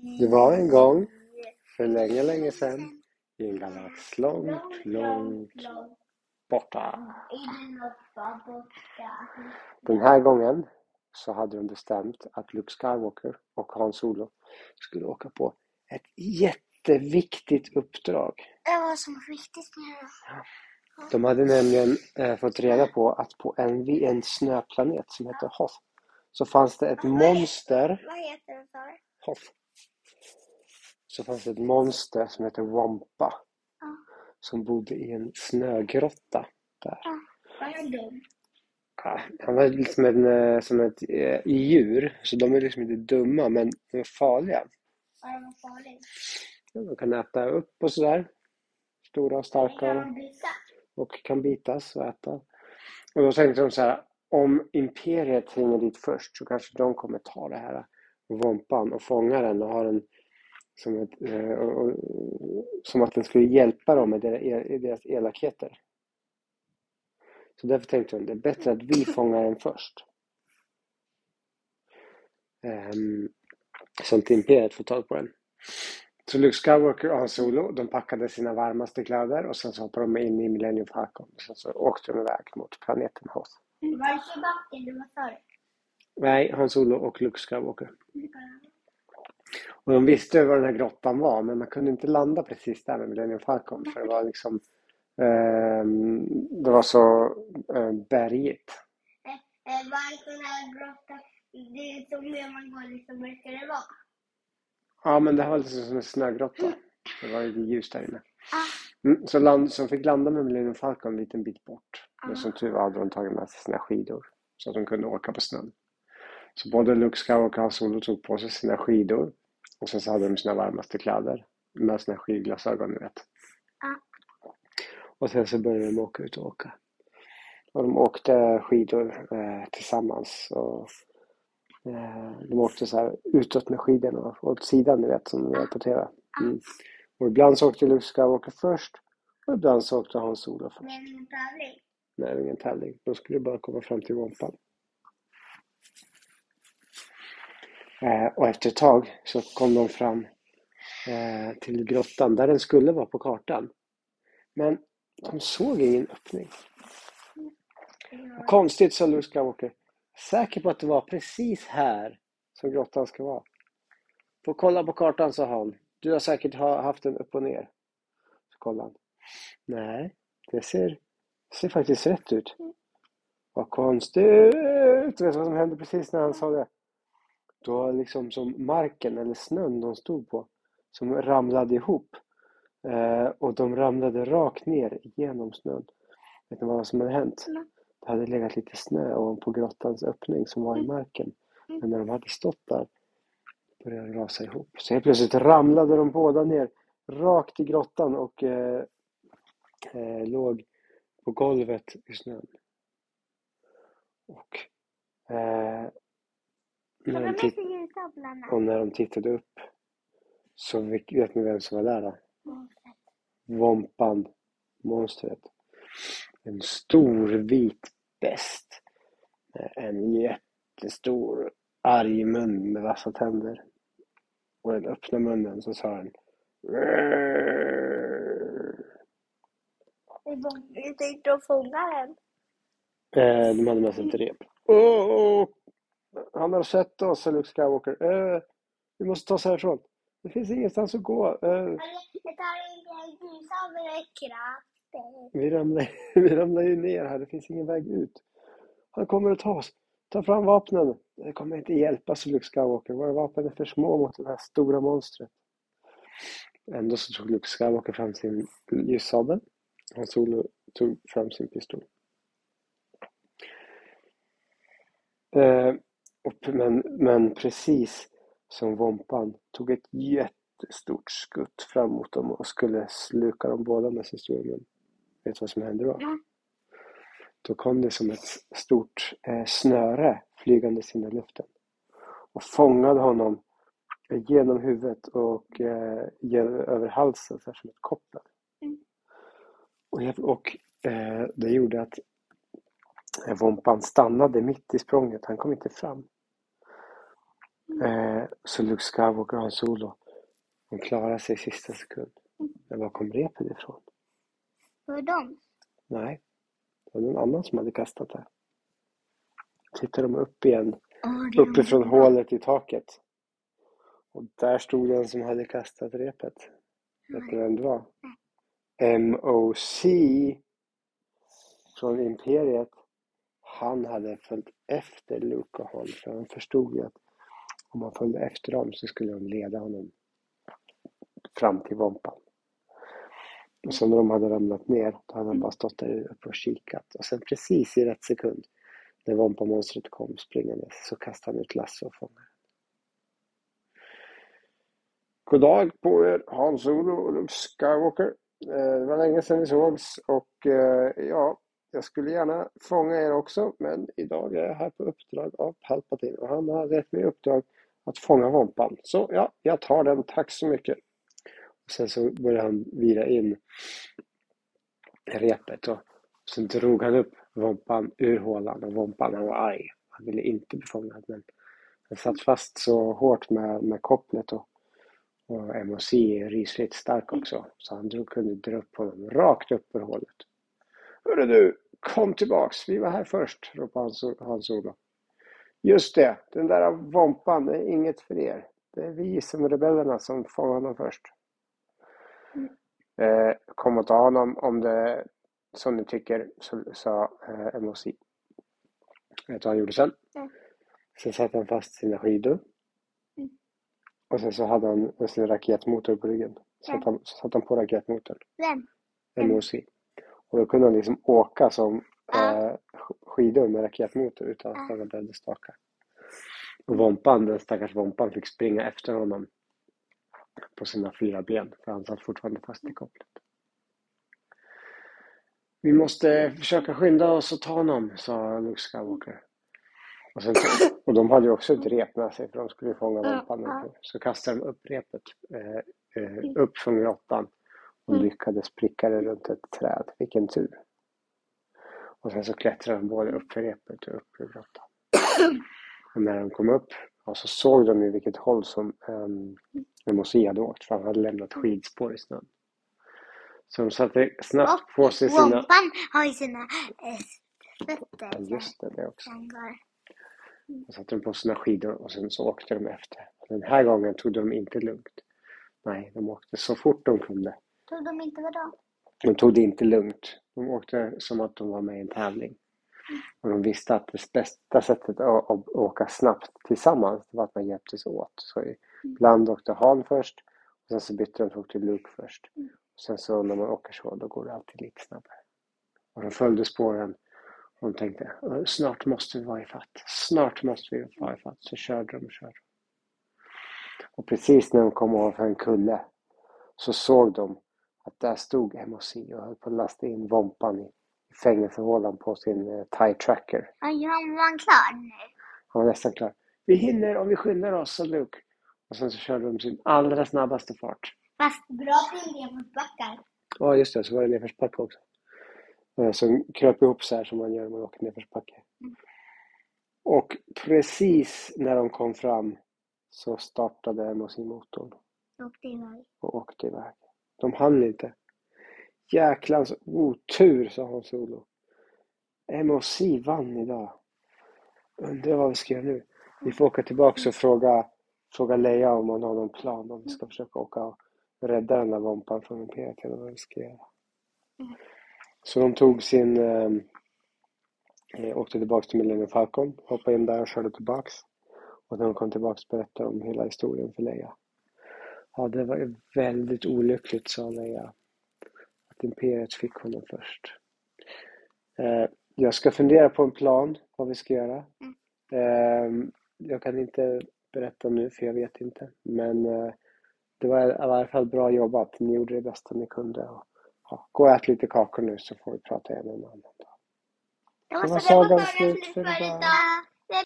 Det var en gång, för länge, länge sedan, i en galax långt borta. Den här gången så hade de bestämt att Luke Skywalker och Han Solo skulle åka på ett jätteviktigt uppdrag. Vad som var viktigt nu? De hade nämligen fått reda på att på en snöplanet som heter Hoth så fanns det ett monster. Vad heter den för? Hoth. Så fanns det ett monster som heter Wampa. Som bodde i en snögrotta där. Vad är de? Han var liksom som ett djur. Så de är liksom inte dumma, men de är farliga. Vad är de farliga? De kan äta upp och sådär. Stora och starka. Och kan bitas och äta. Och då tänkte de så här: om imperiet hänger dit först så kanske de kommer ta det här Wampan och fånga den och ha den som att den skulle hjälpa dem med deras elakheter. Så därför tänkte de, det är bättre att vi fångar den först. Så att imperiet får tag på den. Så Luke Skywalker och Han Solo, de packade sina varmaste kläder och sen så hoppade de in i Millennium Falcon. Och sen så åkte de iväg mot planeten Hoth. Var det Sebastian du var för? Nej, Han Solo och Luke Skywalker. Och de visste vad den här grottan var, men man kunde inte landa precis där med Millennium Falcon. För det var liksom det var så bergigt. Var den här grottan, det är så mer man går liksom, verkar det vara? Ja, men det var lite som en snögrotta. Det var lite ljus där inne. Så fick landa med Millennium Falcon en liten bit bort. Men som tur var hade de tagit med sig sina skidor. Så att de kunde åka på snön. Så både Luke Skywalker och Han Solo tog på sig sina skidor. Och sen så hade de sina varmaste kläder. Med sina skidglasögon, ni vet. Och sen så började de åka ut och åka. Och de åkte skidor tillsammans. Och de åkte så här utåt med skidorna och åt sidan, ni vet, som vi är på tv. Och ibland så åkte Luke Skywalker först. Och ibland så åkte Han Solo först. Men ingen tävling? Nej, ingen tävling. De skulle bara komma fram till Wampan. Och efter ett tag så kom de fram till grottan där den skulle vara på kartan. Men de såg ingen öppning. Konstigt, sa Luke Skywalker. Säker på att det var precis här som grottan ska vara. Får kolla på kartan, sa han. Du har säkert haft den upp och ner. Så kollade han. Nej, det ser faktiskt rätt ut. Vad konstigt. Vet du vad som hände precis när han sa det? Då liksom som marken eller snön de stod på som ramlade ihop. Och de ramlade rakt ner genom snön. Vet ni vad som hade hänt? Det hade legat lite snö ovanpå grottans öppning som var i marken. Men när de hade stått där började det rasa ihop. Så helt plötsligt ramlade de båda ner rakt i grottan och låg på golvet i snön. Och när de tittade upp så vet ni vem som var där då? Wampan, monstret. En stor vit bäst. En jättestor arg mun med vassa tänder. Och den öppnade munnen så sa den. Jag tänkte att fånga den. De hade med sig ett rep. Han har sett oss, sa Luke Skywalker. Vi måste ta oss härifrån. Det finns ingenstans att gå. Det tar inte ljus av kraften. Vi ramlar ju ner här. Det finns ingen väg ut. Han kommer att ta oss. Ta fram vapnen. Det kommer inte hjälpa, så Luke Skywalker. Våra vapen är för små mot det här stora monstret. Ändå så tog Luke Skywalker fram sin ljussabel. Han Solo tog fram sin pistol. Men precis som Wampan tog ett jättestort skutt fram mot dem och skulle sluka dem båda med sin stora mun. Vet du vad som hände då? Då kom det som ett stort snöre flygande in i luften och fångade honom genom huvudet och över halsen så här som ett koppel. Och det gjorde att Wampan stannade mitt i språnget. Han kom inte fram. Så Luke Skywalker och Han Solo, de klarar sig i sista sekund. Men var kom repet ifrån? Var de? Nej, det var någon annan som hade kastat det. Tittar de upp igen, uppifrån hålet i taket. Och där stod den som hade kastat repet. Vet du vem det var? MOC från Imperiet. Han hade följt efter Luke och Han, för han förstod ju att om han följde efter dem så skulle de leda honom fram till Vompan. Och sen när de hade ramlat ner, då hade han bara stått där uppe och kikat. Och sen precis i rätt sekund, när Vompa-monstret kom springande, så kastade han ut lasso och fångade. God dag på er, Han Solo och Luke Skywalker. Det var länge sedan vi sågs och ja, jag skulle gärna fånga er också, men idag är jag här på uppdrag av Palpatine och han har gett mig uppdrag att fånga Vompan. Så ja, jag tar den, tack så mycket. Och sen så började han vira in repet och sen drog han upp Vompan ur hålan och Vompan, han var arg. Han ville inte bli fångad, men han satt fast så hårt med kopplet och MOC är rysligt stark också. Så han kunde dra upp honom rakt upp ur hålet. Hörru du, kom tillbaks. Vi var här först, ropade Han Solo. Just det, den där Vompan är inget för er. Det är vi som rebellerna som fångar honom först. Kom och ta honom om det som ni tycker, sa MOC. Vet du vad han gjorde sen? Sen satte han fast sina skidor. Och sen så hade han sin raketmotor på ryggen. Så satt han på raketmotorn. Vem? MOC. Och då kunde han liksom åka som skidor med raketmotor utan att han behövde staka. Och Vompan, den stackars Vompan, fick springa efter honom på sina 4 ben. För han satt fortfarande fast i kopplet. Vi måste försöka skynda oss och ta honom, sa Luke Skywalker. Och de hade ju också ett rep med sig för de skulle fånga Vompan. Så kastade de upp repet upp från grottan och lyckades pricka det runt ett träd. Vilken tur. Och sen så klättrade de både upp för repet och upp ur grottan. Och när de kom upp så såg de ju vilket håll som MOC hade åkt, för han hade lämnat skidspår i snön. Så de satte snabbt på sig sina... Vompan har ju sina fötter. Ja, just det också. Så satte de på sina skidor och sen så åkte de efter. Den här gången tog de inte lugnt. Nej, de åkte så fort de kunde. Tog de inte vadå? De tog det inte lugnt. De åkte som att de var med i en tävling. Och de visste att det bästa sättet att åka snabbt tillsammans var att man hjälptes åt. Så ibland åkte Han först och sen så bytte de och åkte Luke först. Och sen så när man åker så, då går det alltid lite snabbare. Och de följde spåren och de tänkte, snart måste vi vara i fatt. Snart måste vi vara i fatt. Så körde de. Och precis när de kom av en kulle så såg de att där stod MOC och höll på att lasta in Vompan i fängelsehålan på sin TIE Tracker. Ja, han var klar nu. Han var nästan klar. Vi hinner om vi skyndar oss, sa Luke. Och sen så körde de sin allra snabbaste fart. Fast bra till nedförsbackar. Ja, just det. Så var det nedförsbacke också. Så kröp ihop så här som man gör när man åker nedförsbacke. Och precis när de kom fram så startade MOC motorn. Och åkte iväg. De hann inte. Jäklans otur, sa Han Solo. MOC vann idag. Undrar vad vi ska göra nu. Vi får åka tillbaka och fråga Leia om hon har någon plan. Om vi ska försöka åka och rädda den där Vompan från Imperiet eller vad vi ska göra. Så de tog åkte tillbaka till Millennium Falcon. Hoppade in där och körde tillbaks. Och när de kom tillbaka berättade om hela historien för Leia. Ja, det var väldigt olyckligt, sa Leia. Att Imperiet fick honom först. Jag ska fundera på en plan vad vi ska göra. Jag kan inte berätta nu för jag vet inte. Men det var i alla fall bra jobbat. Ni gjorde det bästa ni kunde. Gå och ät lite kakor nu så får vi prata igen en annan dag. Det var sagan slut för idag.